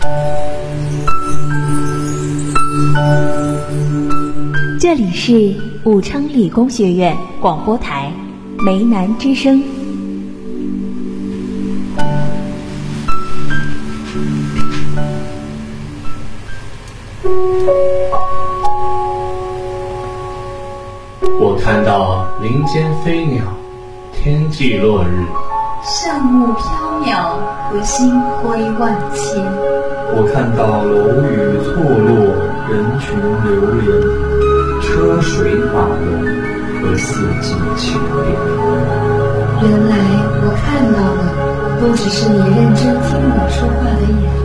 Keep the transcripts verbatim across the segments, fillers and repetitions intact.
这里是武昌理工学院广播台梅南之声。 我看到林间飞鸟，天际落日， 圣木飘渺和星辉万千。 我看到楼宇错落，人群流连，车水马龙和四季秋变。 原来我看到的不只是你认真听我说话的眼。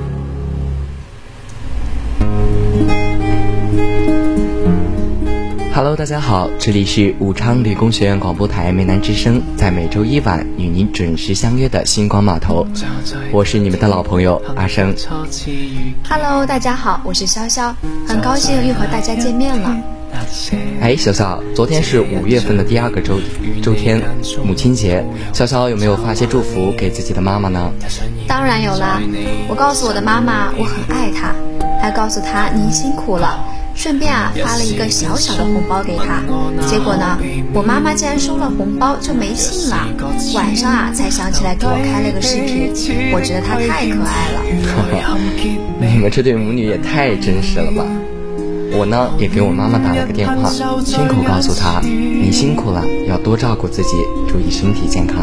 Hello， 大家好，这里是武昌理工学院广播台梅南之声，在每周一晚与您准时相约的星光码头，我是你们的老朋友阿生。 Hello， 大家好，我是潇潇，很高兴又和大家见面了。 哎，潇潇，昨天是五月份的第二个周周天，母亲节，潇潇有没有发些祝福给自己的妈妈呢？ 当然有啦，我告诉我的妈妈我很爱她，还告诉她您辛苦了。顺便啊发了一个小小的红包给他，结果呢，我妈妈竟然收了红包就没信了，晚上啊才想起来给我开了个视频，我觉得她太可爱了。 你们这对母女也太真实了吧！我呢也给我妈妈打了个电话，亲口告诉她你辛苦了，要多照顾自己，注意身体健康。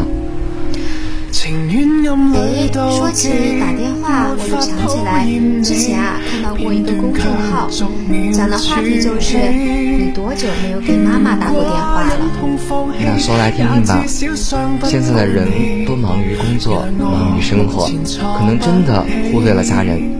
诶，说起打电话，我就想起来之前啊看到过一个公众号，讲的话题就是你多久没有给妈妈打过电话了？ 那说来听听吧。现在的人都忙于工作，忙于生活，可能真的忽略了家人。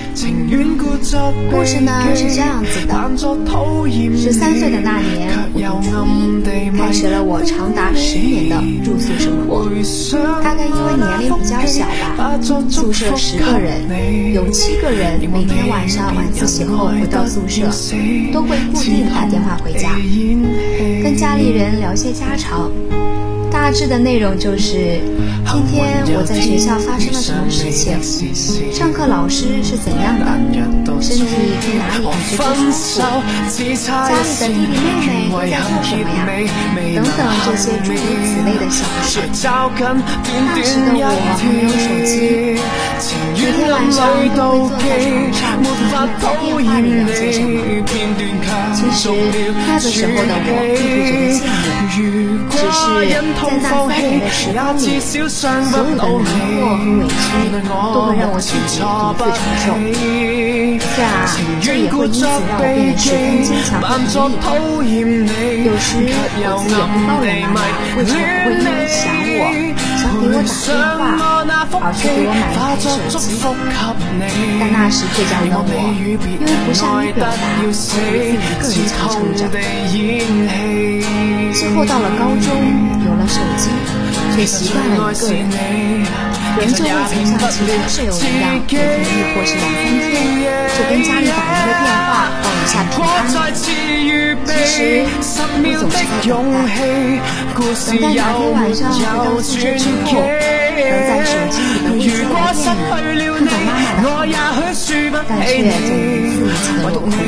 故事呢是这样子的，十三岁的那年，我读初一，开始了我长达十年的住宿生活。大概因为年龄比较小吧，宿舍十个人，有七个人每天晚上晚自习后回到宿舍，都会固定打电话回家，跟家里人聊些家常。大致的内容就是今天我在学校发生了什么事情，上课老师是怎样的，身体在哪里感觉不舒服，家里的弟弟妹妹都在做什么呀，等等这些诸如此类的小事。那时的我没有手机，每天晚上都会坐在床上听听在电话里聊些什么。其实那个时候的我并不觉得羡慕，只是在那三年的时光里，所有的难过和委屈都会让我自己独自承受。这啊，这也会因此让我变得十分坚强和独立。有时我自己也会抱怨妈妈为什么不会因为想我，想给我打电话，而去给我买一台手机。但那时倔强的我，因为不善于表达，所以自己一个人强撑着。之后到了高中，有了手机，却习惯了一个人，仍旧未曾像其他舍友一样，每天亦或是两三天就跟家里打一个电话报一下平安。其实我总是在等待，等待哪天晚上回到宿舍之后，能在手机里的未接来电里看到妈妈的号码，但却总一次一次的落空。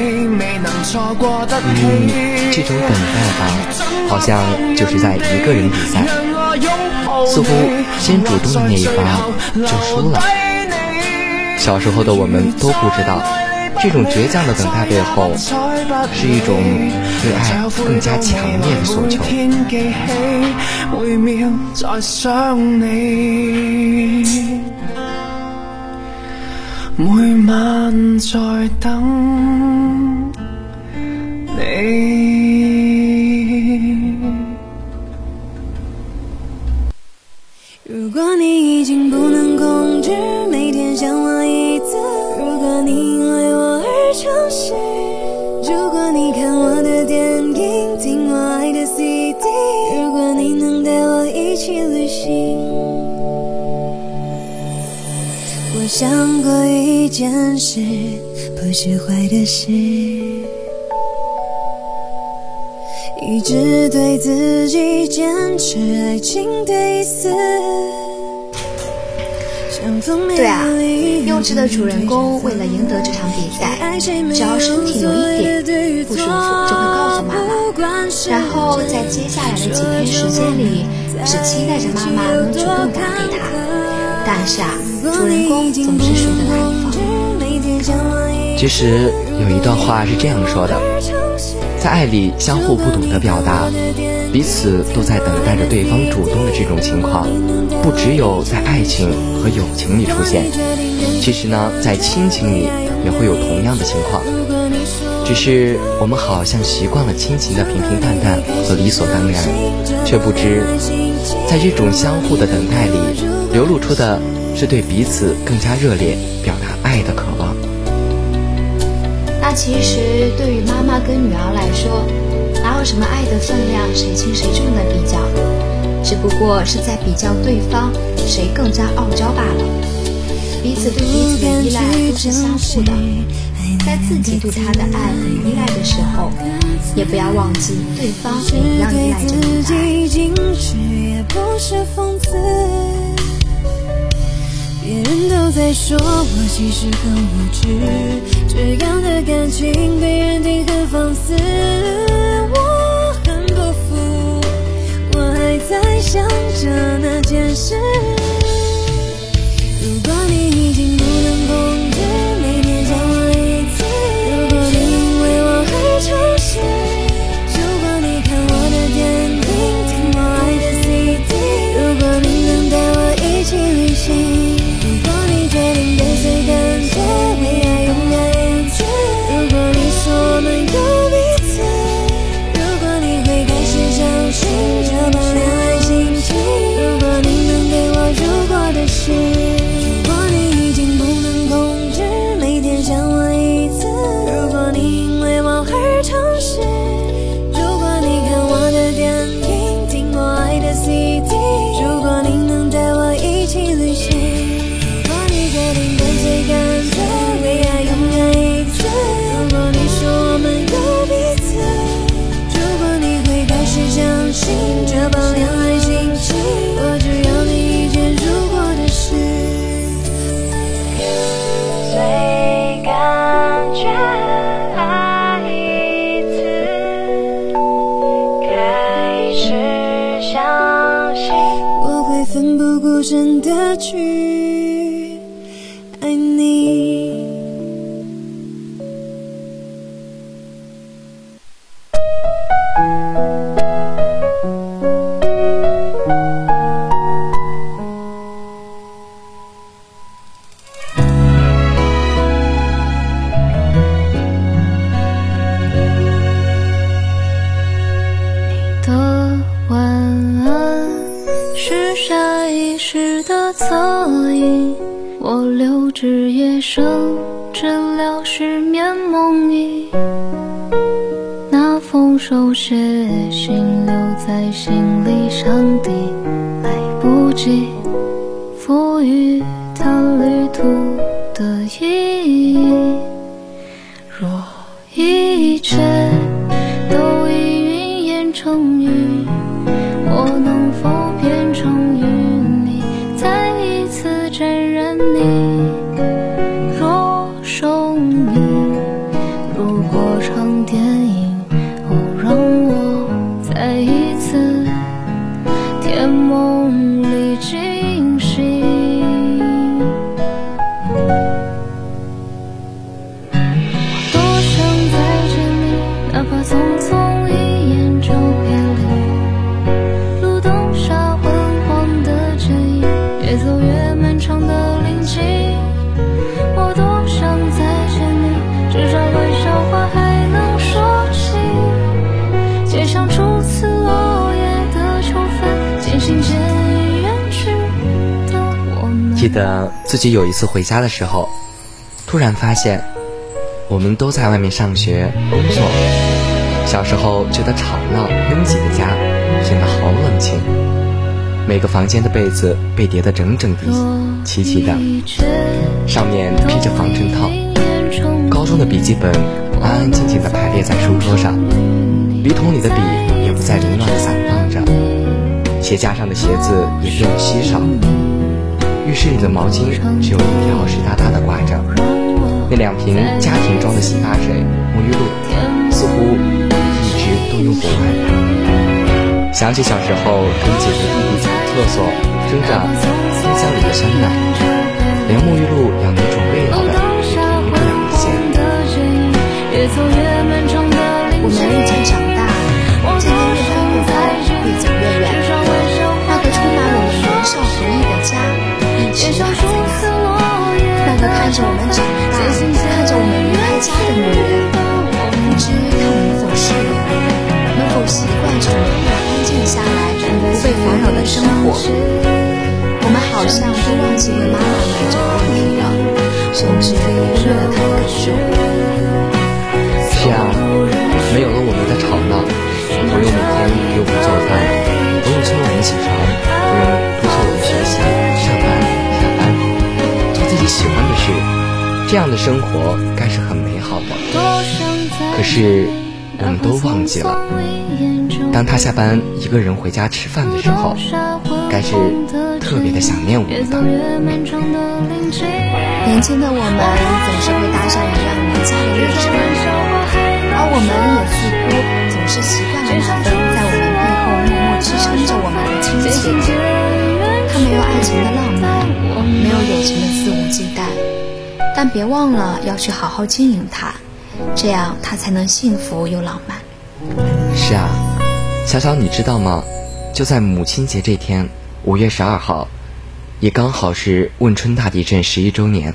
嗯，这种等待吧，好像就是在一个人比赛，似乎先主动的那一方就输了。小时候的我们都不知道，这种倔强的等待背后，是一种对爱更加强烈的索求。 每晚在等你。如果你已经不能控制每天想我一次，如果你因为我而诚实，如果你看我的电影，听我爱的 C D， 如果你能带我一起旅行。我想过一件事，不是坏的事，一直对自己坚持爱情的意思，想对啊，幼稚的主人公为了赢得这场比赛，只要身体有一点不舒服就会告诉妈妈，然后在接下来的几天时间里只期待着妈妈能主动打给他。但是啊，主人公总是输得那一方。 其实有一段话是这样说的，在爱里相互不懂得表达，彼此都在等待着对方主动的这种情况，不只有在爱情和友情里出现，其实呢，在亲情里也会有同样的情况，只是我们好像习惯了亲情的平平淡淡和理所当然，却不知在这种相互的等待里，流露出的是对彼此更加热烈表达爱的渴望。 那其实对于妈妈跟女儿来说，哪有什么爱的分量谁轻谁重的比较，只不过是在比较对方谁更加傲娇罢了。彼此对彼此的依赖都是相互的，在自己对他的爱和依赖的时候，也不要忘记对方也一样依赖着你的爱。 别人都在说我其实很无知，这样的感情被认定很放肆，我很不服，我还在想着那件事。如果你已经不能控制每天想我一次，如果你因为我而诚实，如果你看我的电影听我爱的 C D， 如果你能带我一起旅行，决定跟随感觉为爱勇敢一次，如果你说我们有彼此，如果你会开始相信这般恋爱心情，如果你能给我如果的事，如果你已经不能控制每天想我一次，如果你因为我而诚实，如果你看我的电影听我爱的 C D， 如果你能带我一起旅行，决定跟随感觉为爱勇敢一次，如果你说我们有彼此，如果你会开始相信这般恋爱心情，我只要你一件如果的事。随感觉爱一次，开始相信我会奋不顾身的去爱你。你的晚安是下意识的侧影，我留至夜深，治疗失眠梦呓。那封手写信留在心里，上帝来不及赋予它旅途的意义。若一切都已云烟成雨，我能否变成玉米，再一次沾染你若生命？如果场电影，哦，让我再一次甜梦里惊醒。我多想再见你，哪怕匆匆一眼就别离。路灯下昏黄的剪影，越走越漫长的林径。我多想再见你，至少微笑话还能说起。街上初次落叶的秋分，渐行渐远去的我们。 记得自己有一次回家的时候，突然发现我们都在外面上学工作。小时候觉得吵闹拥挤的家显得好冷清，每个房间的被子被叠得整整齐齐的，上面披着防尘套。高中的笔记本安安静静地排列在书桌上，笔筒里的笔也不再凌乱地散放着，鞋架上的鞋子也变得稀少。 浴室里的毛巾只有一条湿哒哒的挂着，那两瓶家庭装的洗发水、沐浴露似乎一直都用不完。想起小时候跟姐姐弟弟抢厕所，争着冰箱里的酸奶，连沐浴露要哪种味道的也评不了一些。 我们已经长大了，渐渐越飞越高，越走越远。那个充满我们年少回忆的家，一直还在那。那个看着我们长大，看着我们离开家的女人，不知她能否适应，能否习惯这种突然安静下来、不被烦扰的生活。我们好像都忘记问妈妈们这个问题了，甚至忽略了她的感受。 是啊，没有了我们的吵闹，不用每天给我们做饭，不用催我们起床，不用督促我们学习、上班、下班，做自己喜欢的事，这样的生活该是很美好的。可是我们都忘记了，当他下班一个人回家吃饭的时候，该是特别的想念我们的。 年轻的我们总是会搭上一辆离家的列车，而我们也似乎总是习惯了那份在我们背后默默支撑着我们的亲切。它没有爱情的浪漫，没有友情的肆无忌惮，但别忘了要去好好经营它，这样它才能幸福又浪漫。 是啊，小小你知道吗？就在母亲节这天，五月十二号，也刚好是汶川大地震十一周年。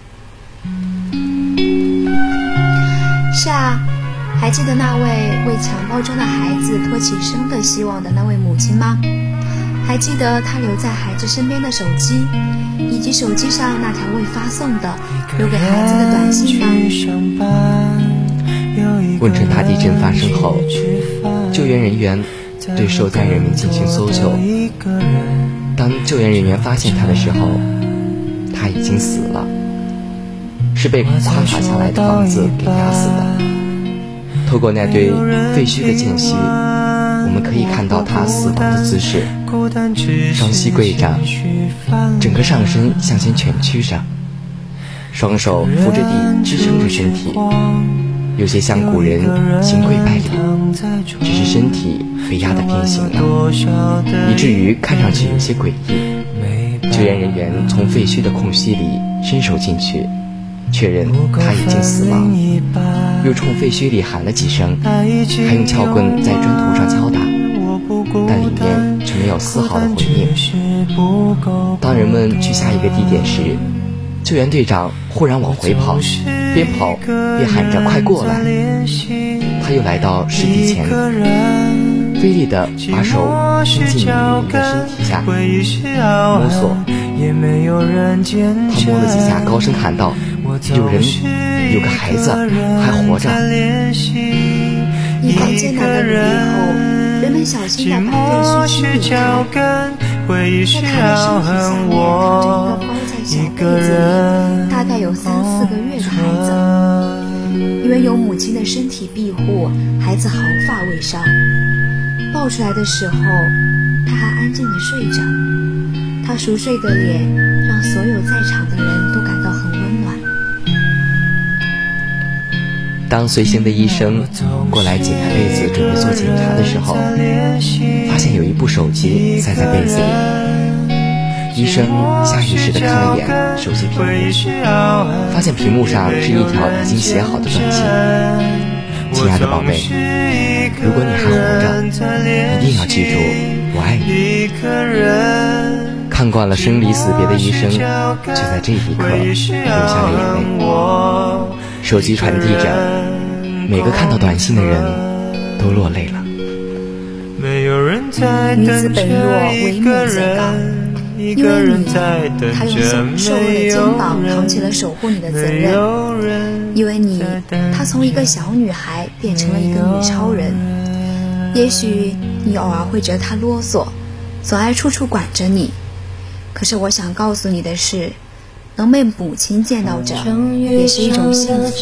是啊，还记得那位为襁褓中的孩子托起生的希望的那位母亲吗？还记得她留在孩子身边的手机，以及手机上那条未发送的留给孩子的短信吗？ 汶川大地震发生后，救援人员对受灾人民进行搜救。当救援人员发现他的时候，他已经死了，是被垮塌下来的房子给压死的。透过那堆废墟的间隙，我们可以看到他死亡的姿势，双膝跪着，整个上身向前蜷曲着，双手扶着地支撑着身体，有些像古人行跪拜礼，只是身体被压得变形了，以至于看上去有些诡异。救援人员从废墟的空隙里伸手进去，确认他已经死亡，又冲废墟里喊了几声，还用撬棍在砖头上敲打，但里面却没有丝毫的回应。当人们去下一个地点时，救援队长忽然往回跑，边跑边喊着快过来。他又来到尸体前，费力地把手伸进女人的身体下摸索，他摸了几下，高声喊道，有人，有个孩子还活着。 一番艰难的努力后，人们小心地把废墟清理开，在他的身体下面躺着一个包在小被子里大概有三四个月的孩子。因为有母亲的身体庇护，孩子毫发未伤。抱出来的时候，他还安静地睡着，他熟睡的脸让所有在场的人都感到很温暖。 当随行的医生过来解开被子准备做检查的时候，发现有一部手机塞在被子里。医生下意识地看了一眼手机屏幕，发现屏幕上是一条已经写好的短信。亲爱的宝贝，如果你还活着，一定要记住我爱你。看惯了生离死别的医生，却在这一刻流下了眼泪。手机传递着，每个看到短信的人都落泪了。 女子本弱，为母则刚。因为你，他用瘦弱的肩膀扛起了守护你的责任。因为你，他从一个小女孩变成了一个女超人。也许你偶尔会觉得他啰嗦，总爱处处管着你。可是我想告诉你的是，能被母亲见到着，也是一种幸福。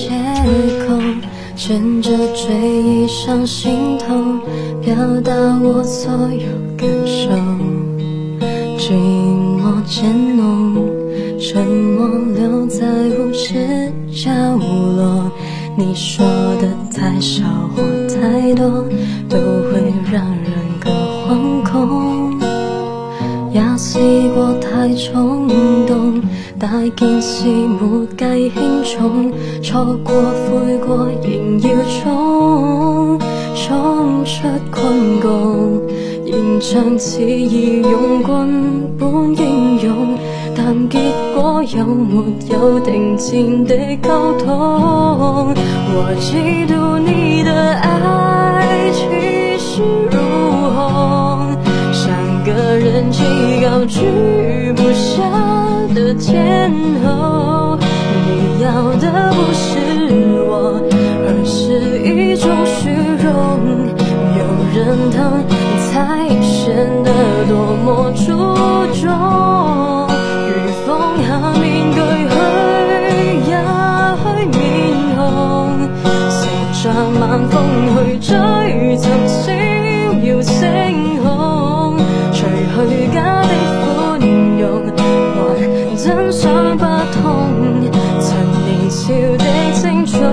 牵着追忆上心头，表达我所有感受。寂寞渐浓， 沉默留在无知角落，你说的太少或太多，都会让人更惶恐。也試過太衝動，大件事沒計輕重，錯過悔過仍要衝，衝出困局，形象似義勇軍般英勇，但結果有沒有定戰的溝通？我嫉妒你的愛氣勢如虹，像個人氣高舉不下的天后。你要的不是我，而是一種虛榮，有人疼才顯得多麼出眾。如風下面具去也去面紅，乘着晚風去追尋閃耀星空，除去假的寬容和真相不同，曾年少的青春，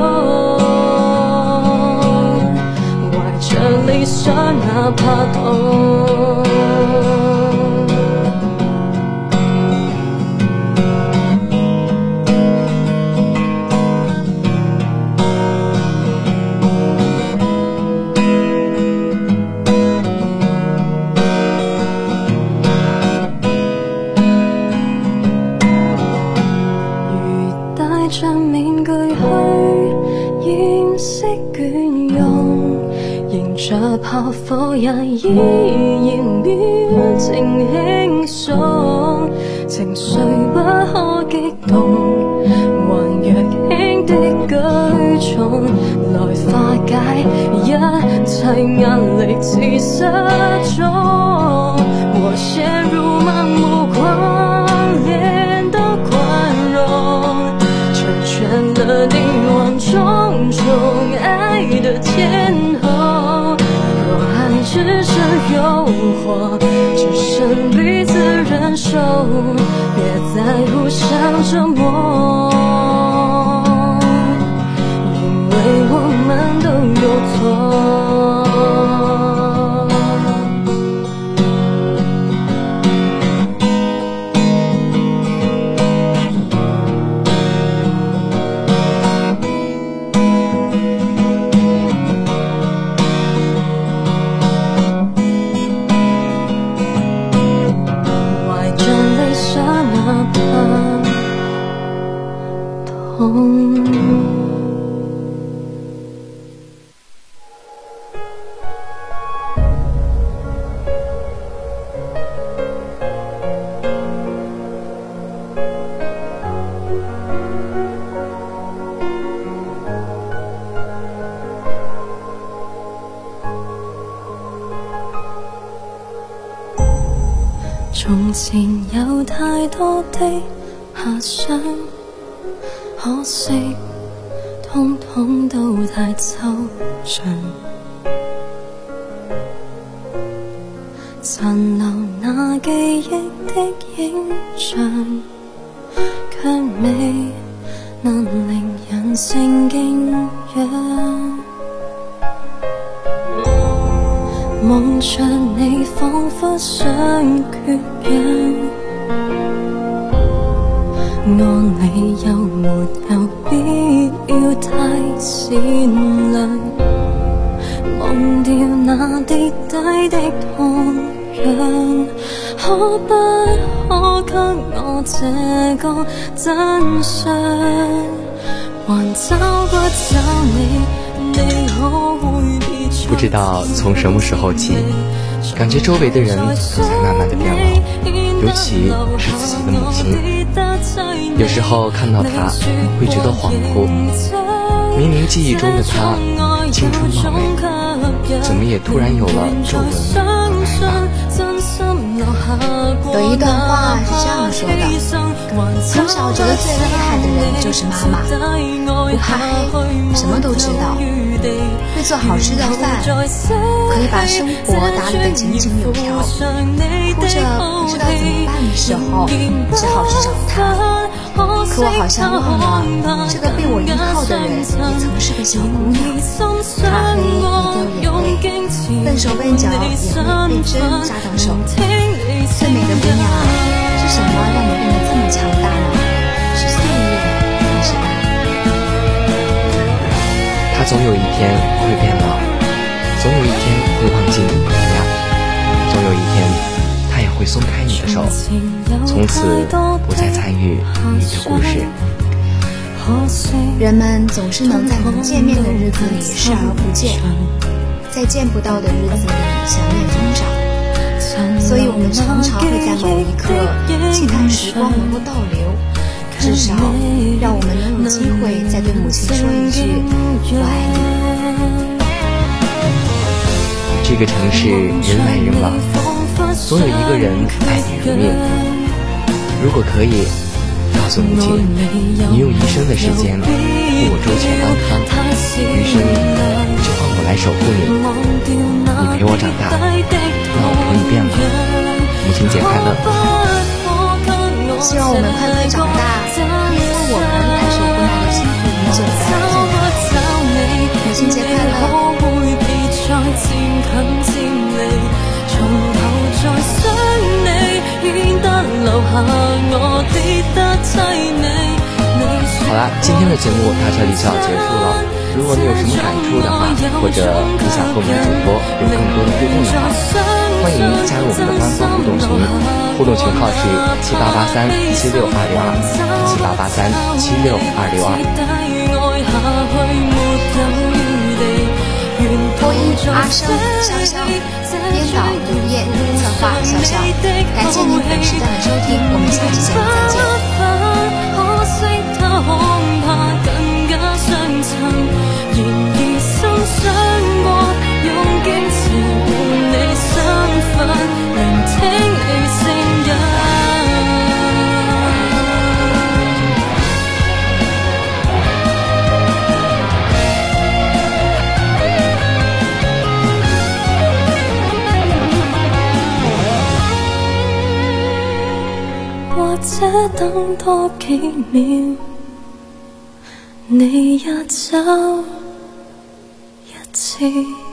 懷着理想哪怕痛。炮火也依然表情輕鬆，情緒不可激動，還若輕的舉重，來化解一切壓力似失蹤。我陷入盲目狂戀的寬容，成全了你萬種寵愛的天后。只剩誘惑，只剩彼此忍受，別再互相折磨，因為我們都有錯。從前有太多的遐想，可惜通通都太抽象，殘留那記憶的影像，卻未能令人性敬仰。望着你彷彿想缺氧，按理又沒有必要太善良，忘掉那跌低的痛癢，可不可給我這個真相？還找不找你，你可會不知道從什麼時候起，感覺周圍的人都在慢慢的變老，尤其是自己的母親。有時候看到她會覺得恍惚， 明明记忆中的他青春貌美，怎么也突然有了皱纹和白发？ 有一段话是这样说的：从小觉得最厉害的人就是妈妈，不怕黑，什么都知道，会做好吃的饭，可以把生活打理得井井有条。哭着不知道怎么办的时候，只好去找他。可我好像忘了，这个被我依靠的人也曾是个小姑娘，她黑一丢眼泪，笨手笨脚也会被针扎到手。最美的姑娘是什么让你变得这么强大呢？是岁月还是爱？ 她总有一天会变老，总有一天会忘记你模样，总有一天她也会松开你的手，从此不再参与你的故事。 人们总是能在能见面的日子里视而不见，在见不到的日子里想念疯长，所以我们常常会在某一刻期待时光能够倒流，至少让我们能有机会再对母亲说一句我爱你。 这个城市人来人往，总有一个人爱你如命。如果可以，告诉母亲，你用一生的时间护我周全安康，余生就换我来守护你。你陪我长大，那我陪你变老。母亲节快乐！ 希望我们快快长大，因为我们来守护那个辛苦已久的爱人。母亲节快乐！ 好啦，今天的节目到这里就要结束了。如果你有什么感触的话，或者你想和我们主播有更多的互动的话，欢迎加入我们的官方互动群，互动群号是七八八三七六二六二七八八三七六二六二。 播音阿生、潇潇，编导刘烨，策划潇潇。感谢您本时段的收听，我们下期节目再见。 或者等多幾秒，你也走一次。